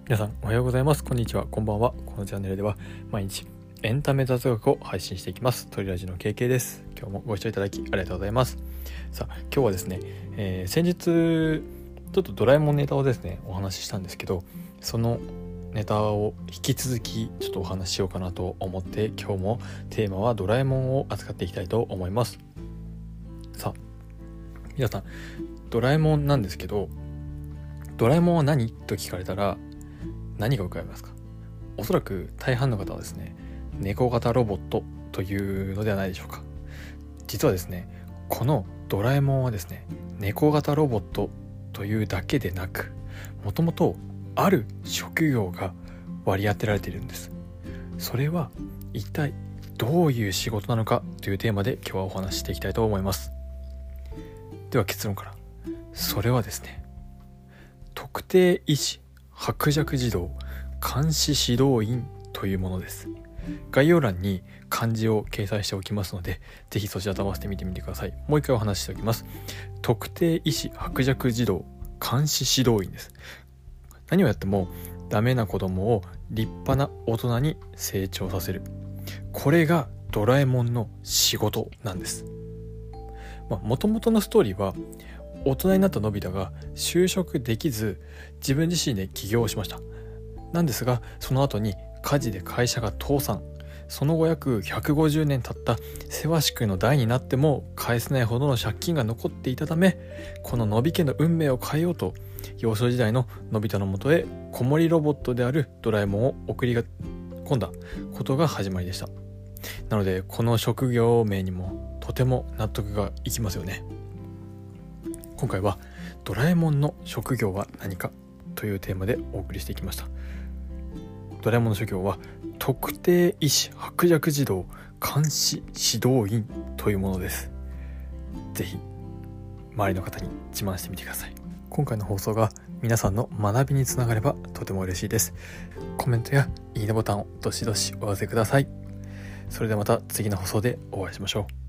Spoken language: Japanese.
皆さんおはようございます。こんにちは、こんばんは。このチャンネルでは毎日エンタメ雑学を配信していきます。トリラジの KK です。今日もご視聴いただきありがとうございます。さあ、今日はですね、先日ちょっとドラえもんネタをですねお話ししたんですけど、そのネタを引き続きちょっとお話ししようかなと思って、今日もテーマはドラえもんを扱っていきたいと思います。さあ、皆さんドラえもんなんですけど、ドラえもんは何と聞かれたら何が浮かびますか？おそらく大半の方はですね、猫型ロボットというのではないでしょうか。実はですね、このドラえもんはですね、猫型ロボットというだけでなく、もともとある職業が割り当てられているんです。それは一体どういう仕事なのかというテーマで今日はお話ししていきたいと思います。では結論から。それはですね、特定医師薄弱児童監視指導員というものです。概要欄に漢字を掲載しておきますので、ぜひそちらと合わせて見てみてください。もう一回お話ししておきます。特定医師薄弱児童監視指導員です。何をやってもダメな子供を立派な大人に成長させる、これがドラえもんの仕事なんです。もともとのストーリーは、大人になったのび太が就職できず自分自身で起業をしました。なんですが、その後に火事で会社が倒産。その後約150年経ったせわしくの代になっても返せないほどの借金が残っていたため、こののび家の運命を変えようと、幼少時代ののび太のもとへ子守ロボットであるドラえもんを送り込んだことが始まりでした。なのでこの職業名にもとても納得がいきますよね。今回はドラえもんの職業は何かというテーマでお送りしていきました。ドラえもんの職業は特定医師薄弱児童監視指導員というものです。ぜひ周りの方に自慢してみてください。今回の放送が皆さんの学びにつながればとても嬉しいです。コメントやいいねボタンをどしどしお寄せください。それではまた次の放送でお会いしましょう。